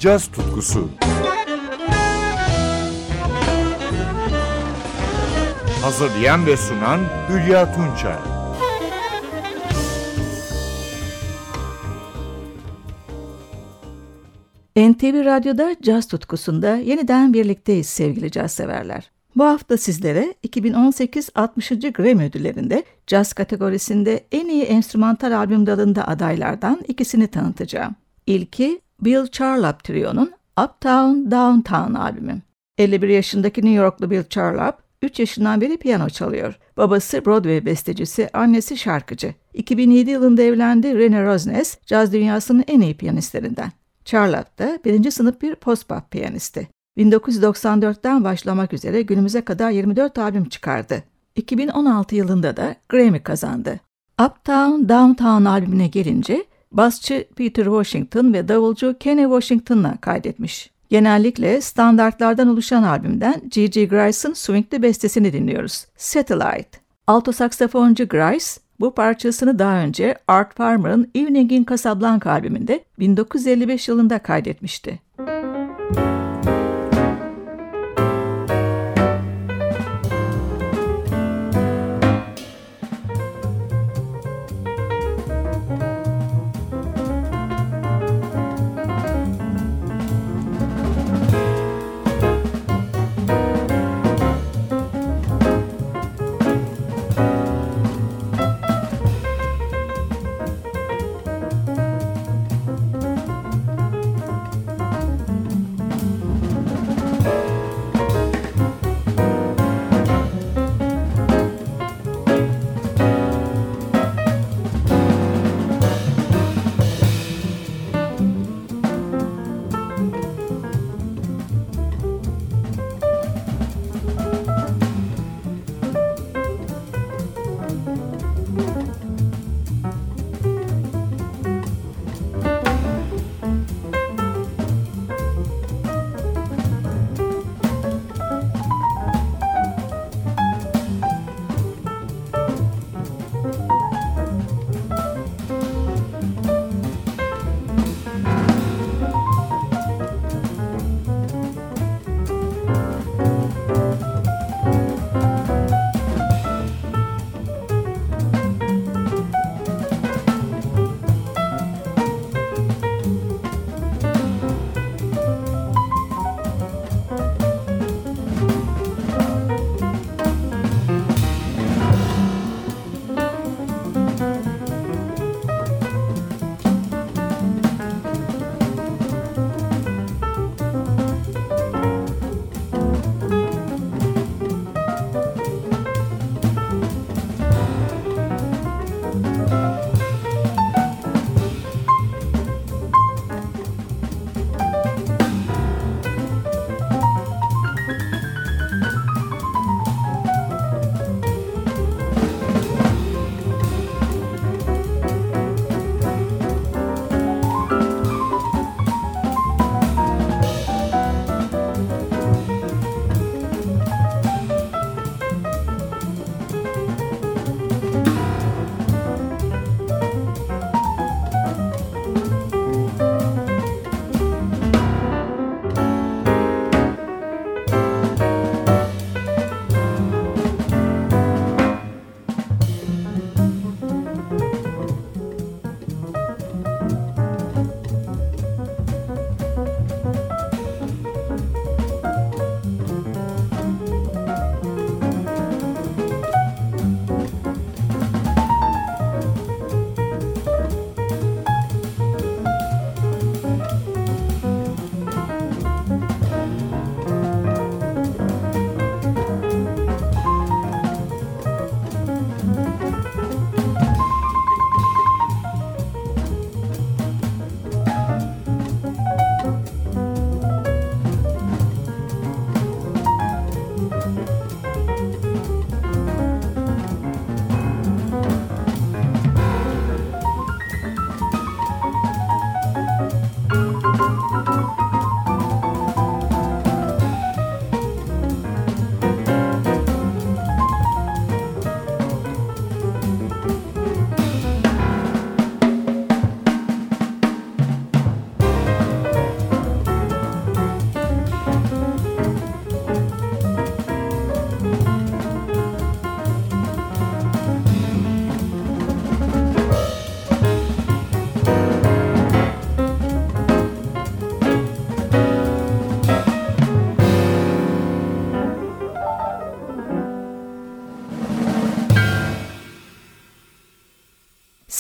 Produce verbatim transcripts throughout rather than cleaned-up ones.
caz tutkusu. Hazırlayan ve sunan Hülya Tunçay. N T V Radyo'da Caz Tutkusu'nda yeniden birlikteyiz sevgili caz severler. Bu hafta sizlere iki bin on sekiz altmışıncı Grammy ödüllerinde caz kategorisinde en iyi enstrümantal albüm dalında adaylardan ikisini tanıtacağım. İlki Bill Charlap Trio'nun Uptown Downtown albümü. elli bir yaşındaki New Yorklu Bill Charlap, üç yaşından beri piyano çalıyor. Babası Broadway bestecisi, annesi şarkıcı. iki bin yedi yılında evlendi. Rene Rosnes, caz dünyasının en iyi piyanistlerinden. Charlap da birinci sınıf bir post-bop piyanisti. bin dokuz yüz doksan dörtten başlamak üzere günümüze kadar yirmi dört albüm çıkardı. iki bin on altı yılında da Grammy kazandı. Uptown Downtown albümüne gelince basçı Peter Washington ve davulcu Kenny Washington'la kaydetmiş. Genellikle standartlardan oluşan albümden G G Grice'ın swingli bestesini dinliyoruz. Satellite. Alto saksafoncu Grice, bu parçasını daha önce Art Farmer'ın Evening in Casablanca albümünde bin dokuz yüz elli beş yılında kaydetmişti.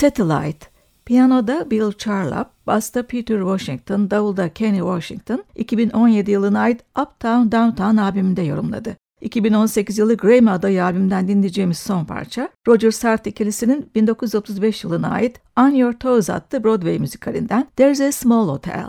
Satellite. Piyanoda Bill Charlap, basta Peter Washington, davulda Kenny Washington, iki bin on yedi yılına ait Uptown Downtown albümünde yorumladı. iki bin on sekiz yılı Grammy adayı albümden dinleyeceğimiz son parça, Roger Sartre ikilisinin bin dokuz yüz otuz beş yılına ait On Your Toes adlı Broadway müzikalinden There's a Small Hotel.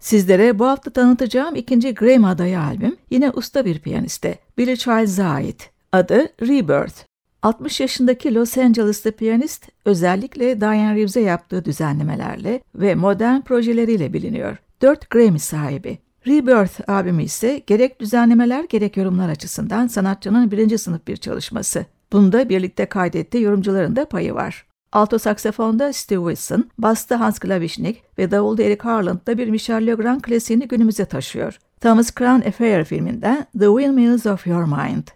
Sizlere bu hafta tanıtacağım ikinci Grammy adayı albüm yine usta bir piyaniste, Billy Child's'a ait. Adı Rebirth. altmış yaşındaki Los Angeles'lı piyanist özellikle Diane Reeves'e yaptığı düzenlemelerle ve modern projeleriyle biliniyor. dört Grammy sahibi. Rebirth albümü ise gerek düzenlemeler gerek yorumlar açısından sanatçının birinci sınıf bir çalışması. Bunda birlikte kaydettiği yorumcuların da payı var. Alto saksafonda Steve Wilson, basta Hans Klavishnik ve davulda Eric Harland da bir Michel Legrand klasiğini günümüze taşıyor. Thomas Crown Affair filminden The Windmills of Your Mind.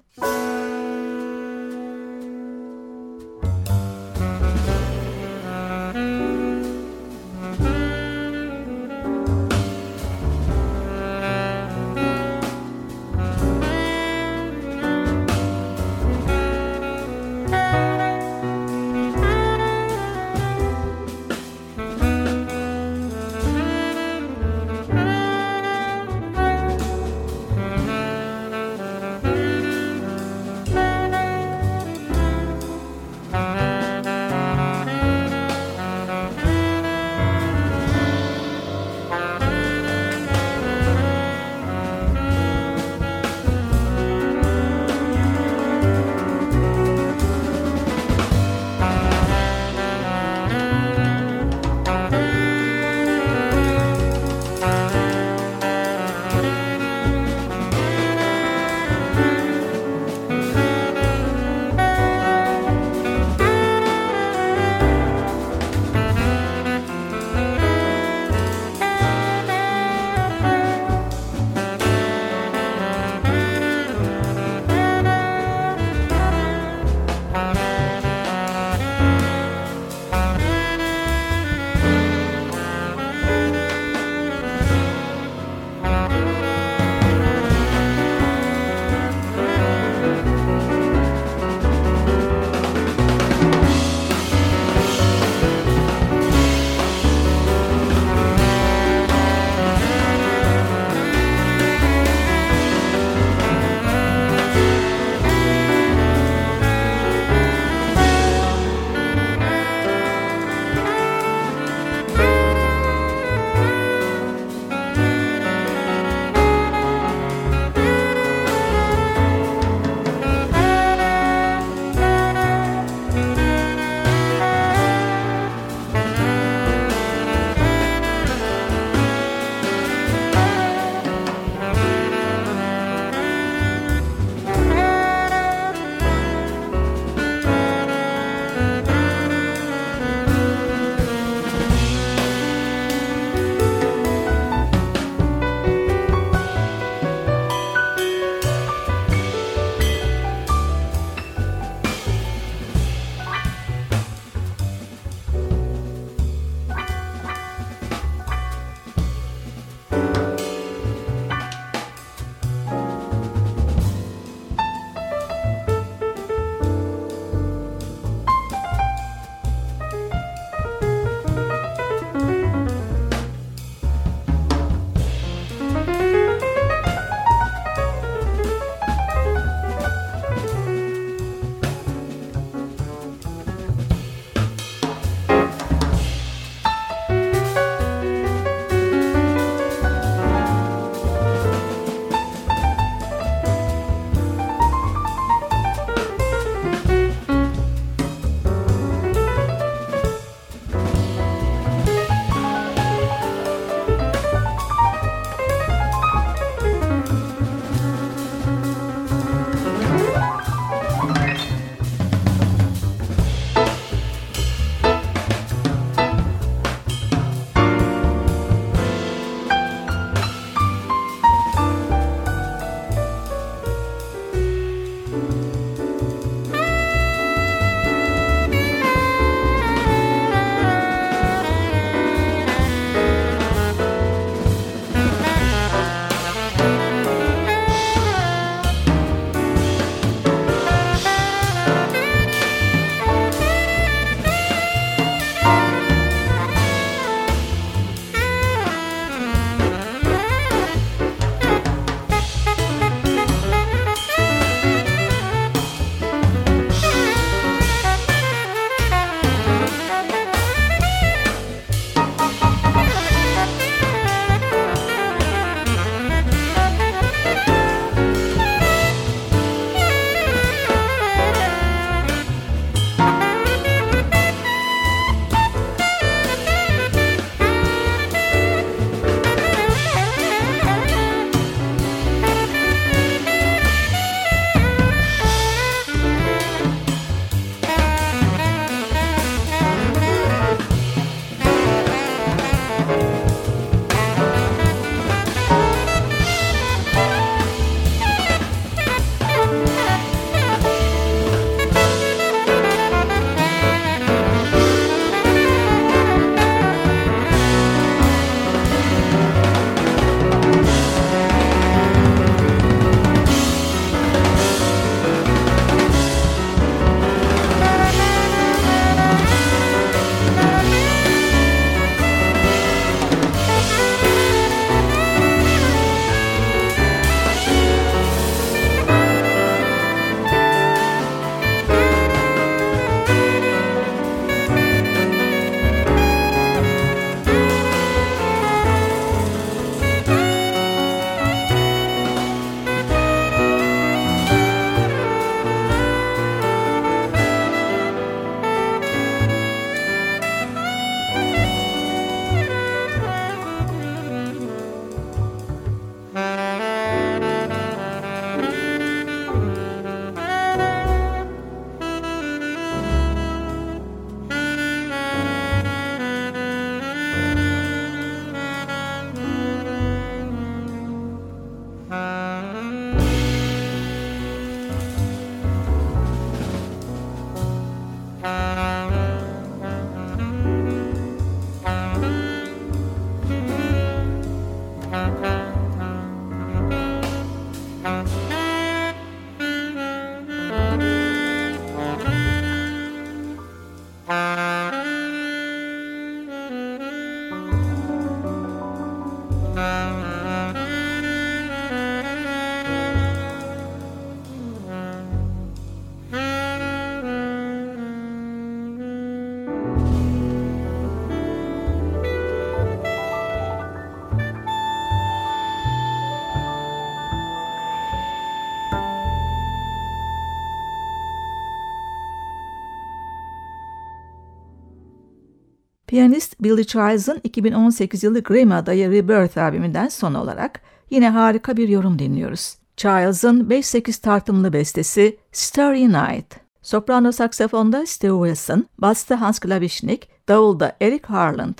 Piyanist Billy Childs'ın iki bin on sekiz yılı Grammy adayı Rebirth albümünden son olarak yine harika bir yorum dinliyoruz. Childs'ın beş sekiz tartımlı bestesi Starry Night. Soprano saksafonda Steve Wilson, basta Hans Klavischnik, davulda Eric Harland.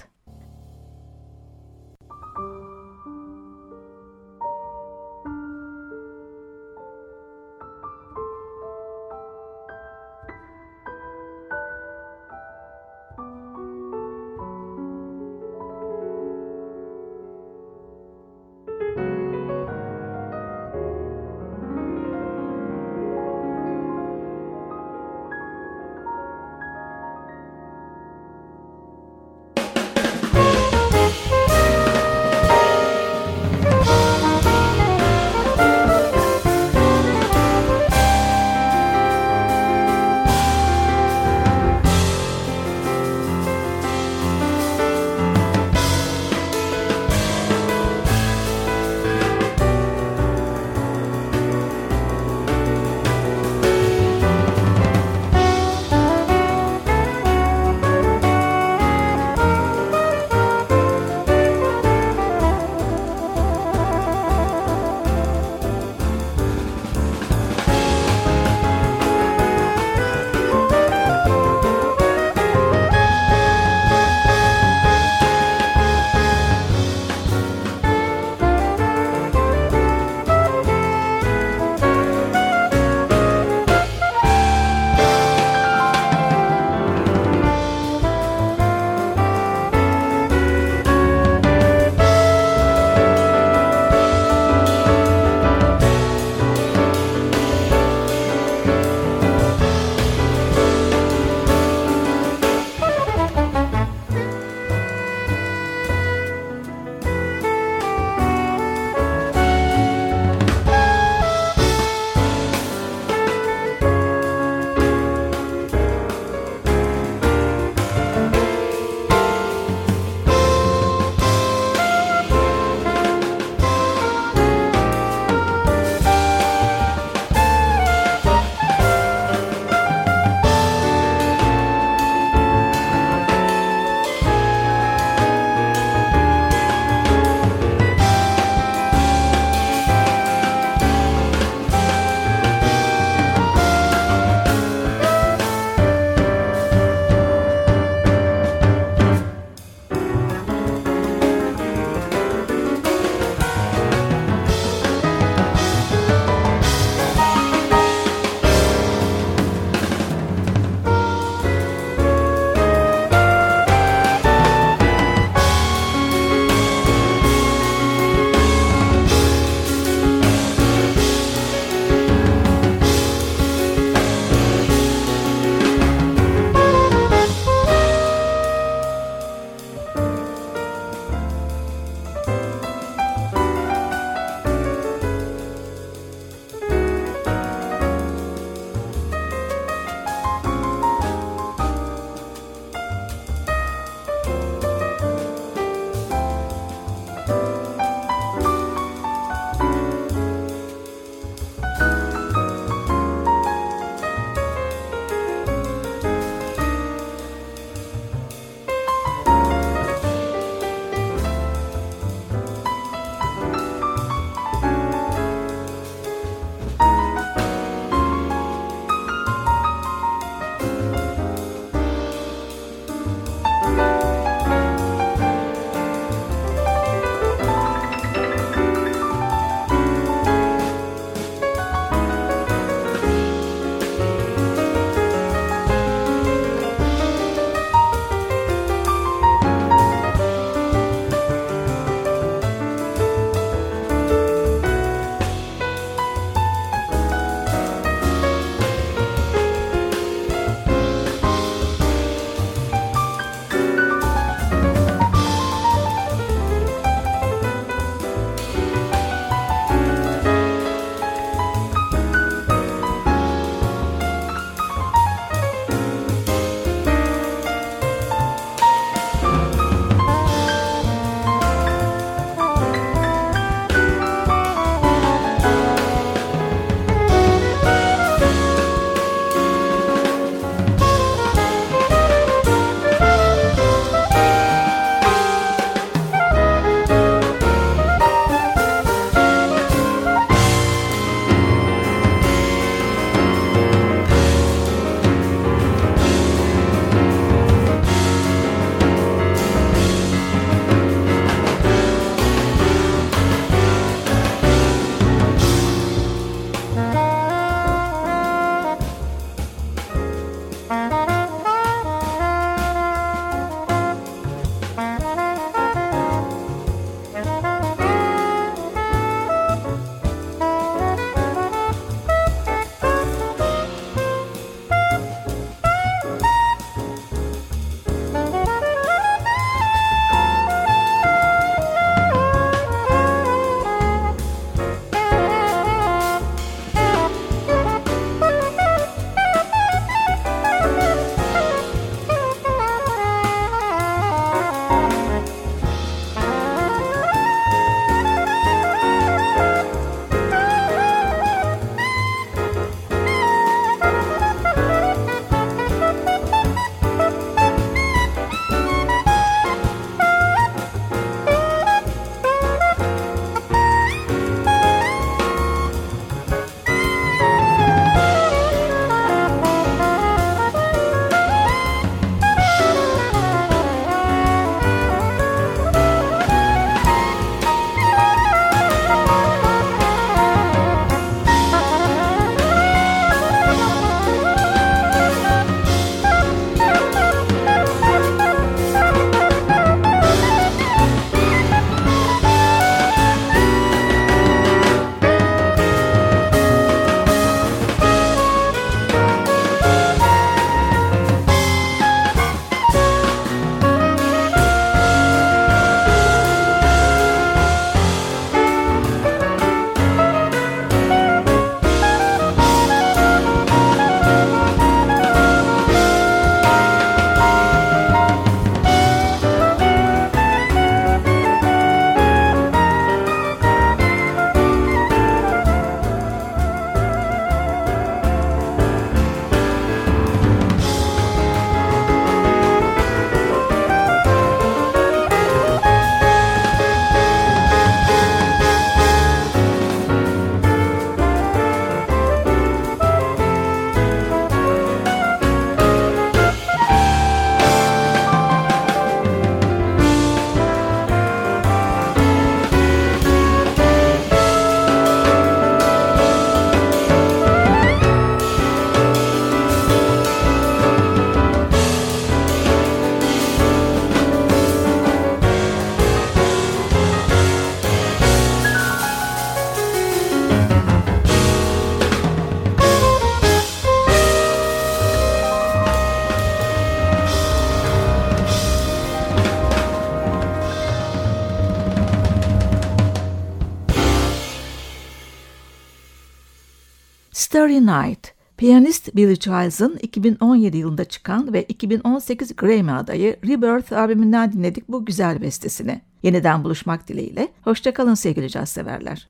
Starry Night, piyanist Billy Childs'ın iki bin on yedi yılında çıkan ve iki bin on sekiz Grammy adayı Rebirth albümünden dinledik bu güzel bestesini. Yeniden buluşmak dileğiyle, hoşça kalın sevgili caz severler.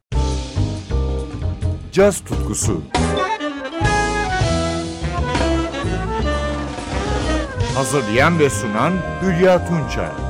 Caz tutkusu. Hazırlayan ve sunan Hülya Tunçay.